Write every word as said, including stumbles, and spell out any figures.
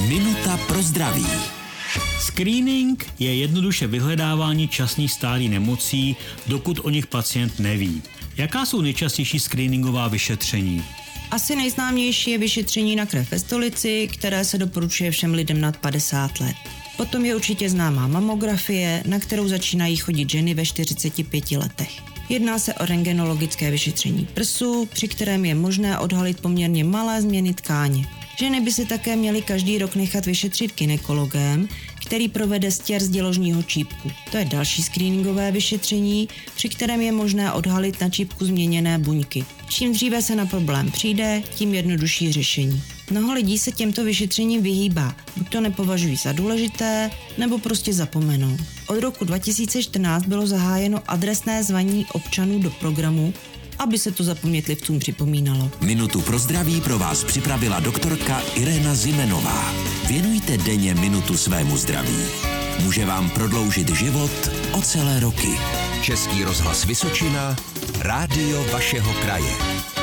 Minuta pro zdraví. Screening je jednoduše vyhledávání časných stádí nemocí, dokud o nich pacient neví. Jaká jsou nejčastější screeningová vyšetření? Asi nejznámější je vyšetření na krev ve stolici, které se doporučuje všem lidem nad padesát let. Potom je určitě známá mamografie, na kterou začínají chodit ženy ve čtyřiceti pěti letech. Jedná se o rentgenologické vyšetření prsu, při kterém je možné odhalit poměrně malé změny tkáně. Ženy by si také měly každý rok nechat vyšetřit gynekologem, který provede stěr děložního čípku. To je další screeningové vyšetření, při kterém je možné odhalit na čípku změněné buňky. Čím dříve se na problém přijde, tím jednodušší řešení. Mnoho lidí se těmto vyšetřením vyhýbá, buď to nepovažují za důležité, nebo prostě zapomenou. Od roku dva tisíce čtrnáct bylo zahájeno adresné zvaní občanů do programu, aby se to zapomnětlivcům připomínalo. Minutu pro zdraví pro vás připravila doktorka Irena Zimenová. Věnujte denně minutu svému zdraví. Může vám prodloužit život o celé roky. Český rozhlas Vysočina, rádio vašeho kraje.